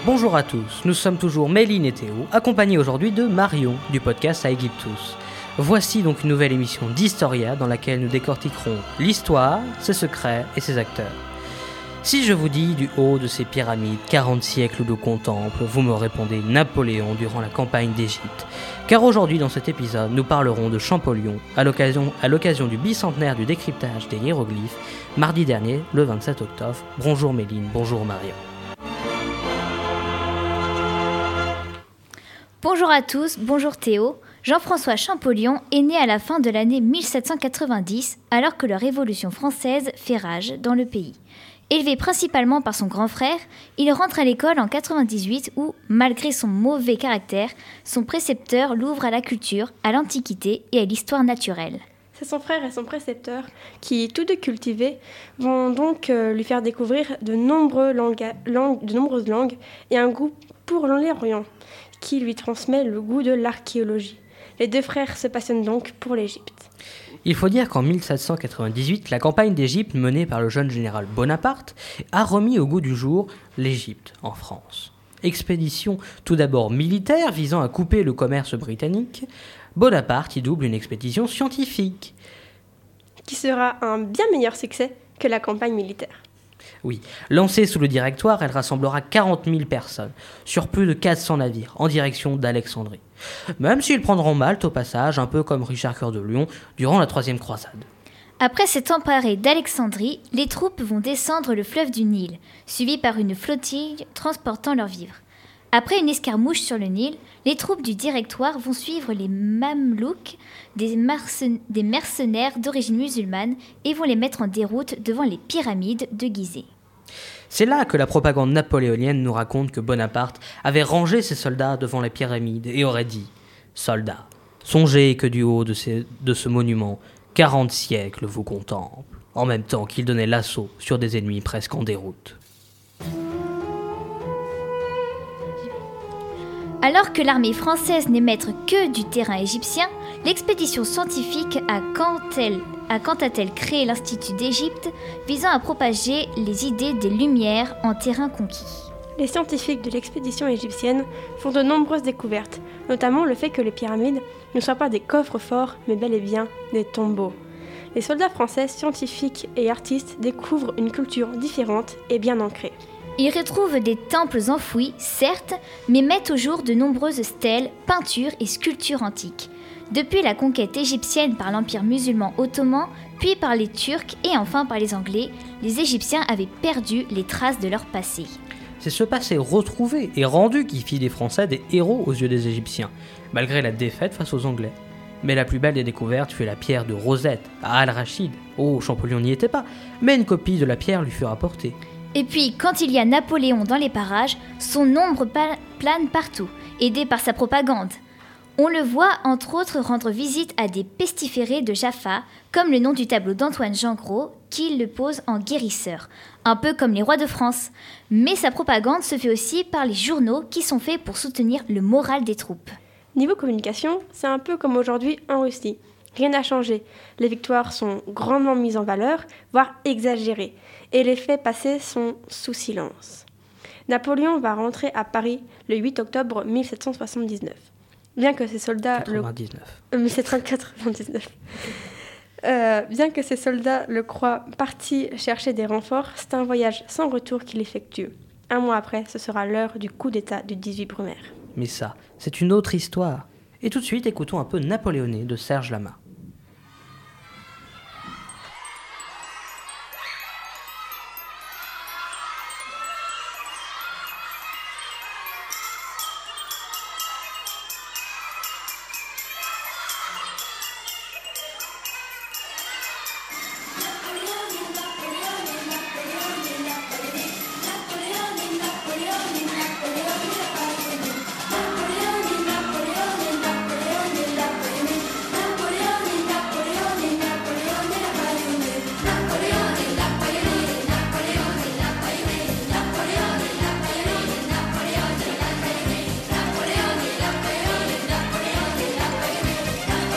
Bonjour à tous, nous sommes toujours Méline et Théo, accompagnés aujourd'hui de Marion du podcast Aegyptus. Voici donc une nouvelle émission d'Historia dans laquelle nous décortiquerons l'histoire, ses secrets et ses acteurs. Si je vous dis du haut de ces pyramides, 40 siècles de contemple, vous me répondez Napoléon durant la campagne d'Égypte. Car aujourd'hui dans cet épisode, nous parlerons de Champollion à l'occasion du bicentenaire du décryptage des hiéroglyphes, mardi dernier, le 27 octobre. Bonjour Méline, bonjour Marion. Bonjour à tous, bonjour Théo. Jean-François Champollion est né à la fin de l'année 1790, alors que la Révolution française fait rage dans le pays. Élevé principalement par son grand frère, il rentre à l'école en 98 où, malgré son mauvais caractère, son précepteur l'ouvre à la culture, à l'antiquité et à l'histoire naturelle. C'est son frère et son précepteur qui, tous deux cultivés, vont donc lui faire découvrir de nombreuses langues et un goût pour l'Orient, qui lui transmet le goût de l'archéologie. Les deux frères se passionnent donc pour l'Égypte. Il faut dire qu'en 1798, la campagne d'Égypte menée par le jeune général Bonaparte a remis au goût du jour l'Égypte en France. Expédition tout d'abord militaire visant à couper le commerce britannique, Bonaparte y double une expédition scientifique. Qui sera un bien meilleur succès que la campagne militaire. Oui, lancée sous le Directoire, elle rassemblera 40 000 personnes, sur plus de 400 navires, en direction d'Alexandrie. Même s'ils prendront Malte au passage, un peu comme Richard Cœur de Lion, durant la Troisième Croisade. Après s'être emparés d'Alexandrie, les troupes vont descendre le fleuve du Nil, suivies par une flottille transportant leurs vivres. Après une escarmouche sur le Nil, les troupes du Directoire vont suivre les Mamelouks, des mercenaires d'origine musulmane, et vont les mettre en déroute devant les pyramides de Gizeh. C'est là que la propagande napoléonienne nous raconte que Bonaparte avait rangé ses soldats devant les pyramides et aurait dit « Soldats, songez que du haut de ce monument, 40 siècles vous contemplent », en même temps qu'il donnait l'assaut sur des ennemis presque en déroute. Alors que l'armée française n'est maître que du terrain égyptien, l'expédition scientifique a quant à elle créé l'Institut d'Égypte, visant à propager les idées des Lumières en terrain conquis. Les scientifiques de l'expédition égyptienne font de nombreuses découvertes, notamment le fait que les pyramides ne soient pas des coffres forts, mais bel et bien des tombeaux. Les soldats français, scientifiques et artistes découvrent une culture différente et bien ancrée. Ils retrouvent des temples enfouis, certes, mais mettent au jour de nombreuses stèles, peintures et sculptures antiques. Depuis la conquête égyptienne par l'Empire musulman ottoman, puis par les Turcs et enfin par les Anglais, les Égyptiens avaient perdu les traces de leur passé. C'est ce passé retrouvé et rendu qui fit des Français des héros aux yeux des Égyptiens, malgré la défaite face aux Anglais. Mais la plus belle des découvertes fut la pierre de Rosette, à Al-Rachid. Oh, Champollion n'y était pas, mais une copie de la pierre lui fut rapportée. Et puis, quand il y a Napoléon dans les parages, son ombre plane partout, aidé par sa propagande. On le voit entre autres rendre visite à des pestiférés de Jaffa, comme le nom du tableau d'Antoine Jean Gros, qui le pose en guérisseur, un peu comme les rois de France. Mais sa propagande se fait aussi par les journaux qui sont faits pour soutenir le moral des troupes. Niveau communication, c'est un peu comme aujourd'hui en Russie. Rien n'a changé. Les victoires sont grandement mises en valeur, voire exagérées, et les faits passés sont sous silence. Napoléon va rentrer à Paris le 8 octobre 1779. Bien que ses soldats 1799. Bien que ses soldats le croient parti chercher des renforts, c'est un voyage sans retour qu'il effectue. Un mois après, ce sera l'heure du coup d'État du 18 Brumaire. Mais ça, c'est une autre histoire. Et tout de suite, écoutons un peu Napoléoné de Serge Lama.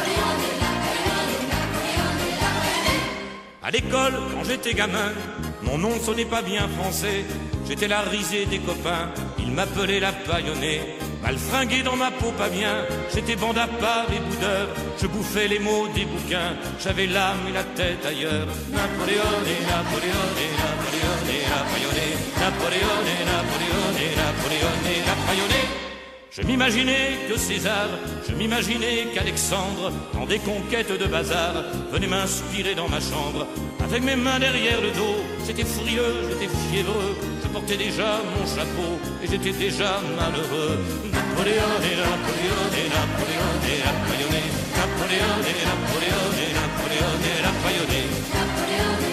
À l'école, quand j'étais gamin, mon Mon nom sonnait pas bien français, j'étais la risée des copains, ils m'appelaient la paillonnée. Mal fringué dans ma peau pas bien, j'étais bande à part et boudeur, je bouffais les mots des bouquins, j'avais l'âme et la tête ailleurs. Napoléone, Napoléone, Napoléone, Napoléone, Napoléone, Napoléone, Napoléone, Napoléone. Je m'imaginais que César, je m'imaginais qu'Alexandre, dans des conquêtes de bazar, venait m'inspirer dans ma chambre. Avec mes mains derrière le dos, j'étais furieux, j'étais fiévreux, je portais déjà mon chapeau et j'étais déjà malheureux. Napoléone, Napoléone, Napoléone, Napoléone, Napoléone, Napoléone, Napoléone, Napoléone.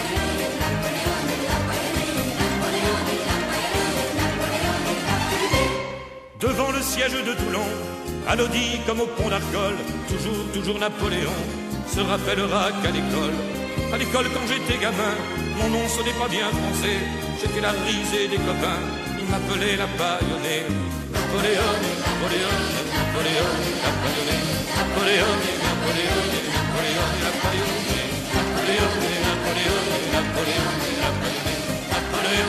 Devant le siège de Toulon, anodie comme au pont d'Arcole, toujours Napoléon se rappellera qu'à l'école quand j'étais gamin, mon nom sonnait pas bien français, j'étais la risée des copains, ils m'appelaient la paillonnée. Napoléon, Napoléon, Napoléon, Napoléon, Napoléon, Napoléon, Napoléon, Napoléon, Napoléon, Napoléon, Napoléon, Napoléon,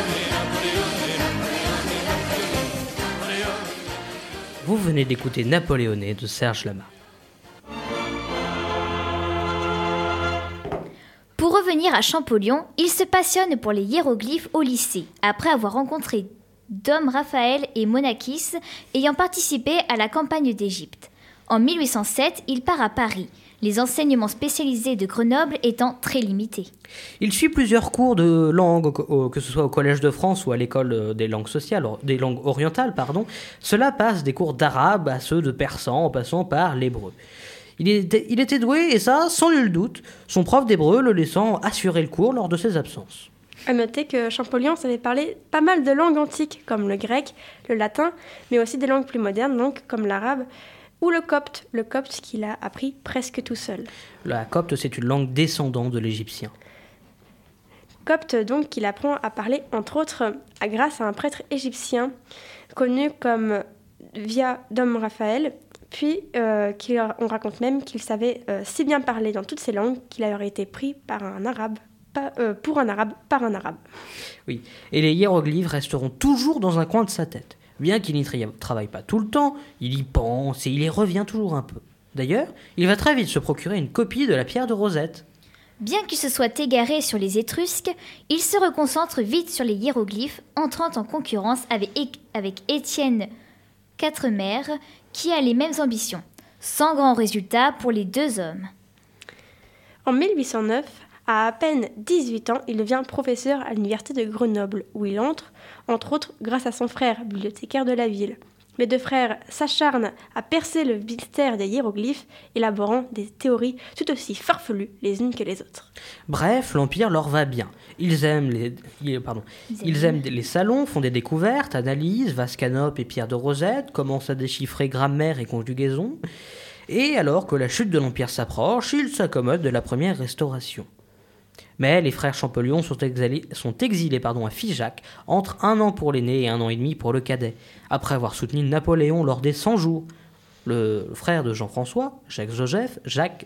Vous venez d'écouter Napoléoné de Serge Lama. Pour revenir à Champollion, il se passionne pour les hiéroglyphes au lycée, après avoir rencontré Dom Raphaël et Monachis ayant participé à la campagne d'Égypte. En 1807, il part à Paris, les enseignements spécialisés de Grenoble étant très limités. Il suit plusieurs cours de langue, que ce soit au Collège de France ou à l'école des langues sociales, des langues orientales, pardon. Cela passe des cours d'arabe à ceux de persan en passant par l'hébreu. Il était doué, et ça, sans nul doute, son prof d'hébreu le laissant assurer le cours lors de ses absences. À noter que Champollion savait parler pas mal de langues antiques, comme le grec, le latin, mais aussi des langues plus modernes, donc comme l'arabe, ou le copte qu'il a appris presque tout seul. La copte, c'est une langue descendante de l'égyptien. Copte, donc, qu'il apprend à parler, entre autres, grâce à un prêtre égyptien, connu comme via Dom Raphaël, puis on raconte même qu'il savait si bien parler dans toutes ces langues qu'il aurait été pris par un arabe, par un arabe. Oui, et les hiéroglyphes resteront toujours dans un coin de sa tête. Bien qu'il n'y travaille pas tout le temps, il y pense et il y revient toujours un peu. D'ailleurs, il va très vite se procurer une copie de la pierre de Rosette. Bien qu'il se soit égaré sur les Étrusques, il se reconcentre vite sur les hiéroglyphes, entrant en concurrence avec Étienne Quatremer, qui a les mêmes ambitions, sans grand résultat pour les deux hommes. En 1809, à peine 18 ans, il devient professeur à l'université de Grenoble, où il entre autres grâce à son frère, bibliothécaire de la ville. Les deux frères s'acharnent à percer le mystère des hiéroglyphes, élaborant des théories tout aussi farfelues les unes que les autres. Bref, l'Empire leur va bien. Ils aiment les salons, font des découvertes, analysent, Vascanope et Pierre de Rosette, commencent à déchiffrer grammaire et conjugaison. Et alors que la chute de l'Empire s'approche, ils s'accommodent de la première restauration. Mais les frères Champollion sont exilés à Figeac, entre 1 an pour l'aîné et 1 an et demi pour le cadet, après avoir soutenu Napoléon lors des 100 jours. Le frère de Jean-François, Jacques-Joseph,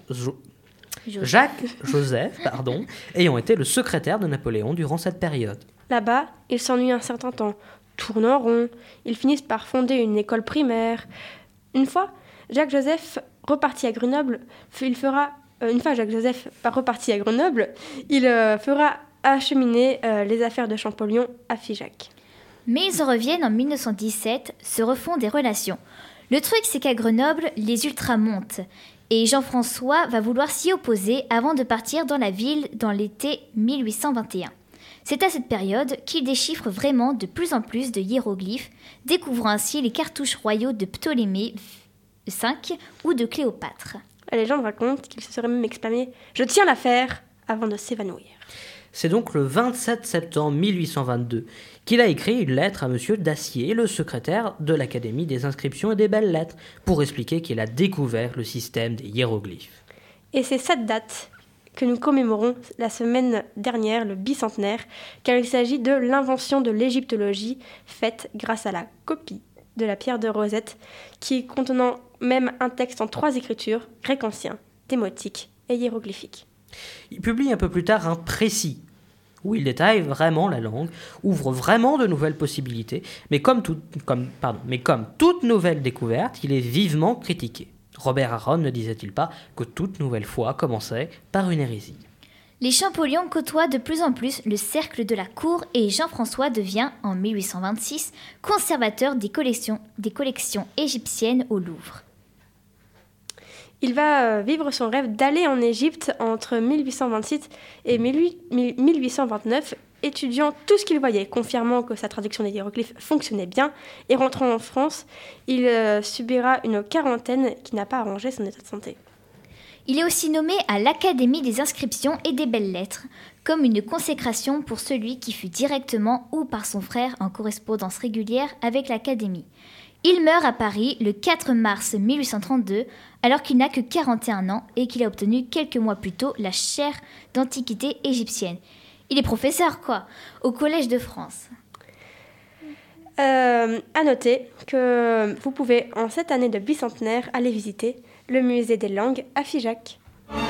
ayant été le secrétaire de Napoléon durant cette période. Là-bas, ils s'ennuient un certain temps, tournent en rond, ils finissent par fonder une école primaire. Une fois, Jacques-Joseph reparti à Grenoble, il fera acheminer les affaires de Champollion à Figeac. Mais ils en reviennent en 1917, se refont des relations. Le truc, c'est qu'à Grenoble, les ultras montent. Et Jean-François va vouloir s'y opposer avant de partir dans la ville dans l'été 1821. C'est à cette période qu'il déchiffre vraiment de plus en plus de hiéroglyphes, découvrant ainsi les cartouches royaux de Ptolémée V ou de Cléopâtre. La légende raconte qu'il se serait même exclamé « Je tiens l'affaire !» avant de s'évanouir. C'est donc le 27 septembre 1822 qu'il a écrit une lettre à M. Dacier, le secrétaire de l'Académie des inscriptions et des belles-lettres, pour expliquer qu'il a découvert le système des hiéroglyphes. Et c'est cette date que nous commémorons la semaine dernière, le bicentenaire, car il s'agit de l'invention de l'égyptologie faite grâce à la copie de la pierre de Rosette, qui contenant même un texte en 3 écritures, grec ancien, démotique et hiéroglyphique. Il publie un peu plus tard un précis, où il détaille vraiment la langue, ouvre vraiment de nouvelles possibilités, mais comme toute nouvelle découverte, il est vivement critiqué. Robert Aron ne disait-il pas que toute nouvelle foi commençait par une hérésie ? Les Champollion côtoient de plus en plus le cercle de la cour et Jean-François devient, en 1826, conservateur des collections égyptiennes au Louvre. Il va vivre son rêve d'aller en Égypte entre 1826 et 1829, étudiant tout ce qu'il voyait, confirmant que sa traduction des hiéroglyphes fonctionnait bien, et rentrant en France, il subira une quarantaine qui n'a pas arrangé son état de santé. Il est aussi nommé à l'Académie des inscriptions et des belles-lettres, comme une consécration pour celui qui fut directement ou par son frère en correspondance régulière avec l'Académie. Il meurt à Paris le 4 mars 1832, alors qu'il n'a que 41 ans et qu'il a obtenu quelques mois plus tôt la chaire d'antiquité égyptienne. Il est professeur, au Collège de France. À noter que vous pouvez, en cette année de bicentenaire, aller visiter le musée des langues à Figeac.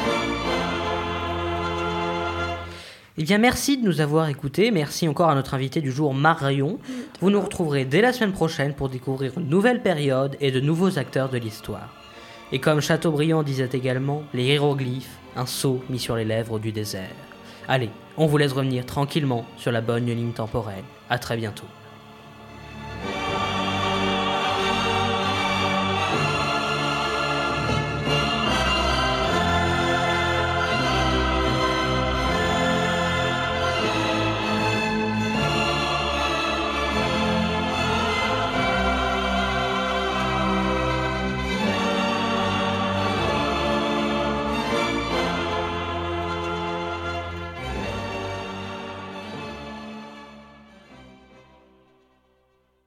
Eh bien, merci de nous avoir écoutés. Merci encore à notre invité du jour, Marion. Vous nous retrouverez dès la semaine prochaine pour découvrir une nouvelle période et de nouveaux acteurs de l'histoire. Et comme Chateaubriand disait également, les hiéroglyphes, un sceau mis sur les lèvres du désert. Allez, on vous laisse revenir tranquillement sur la bonne ligne temporelle. À très bientôt.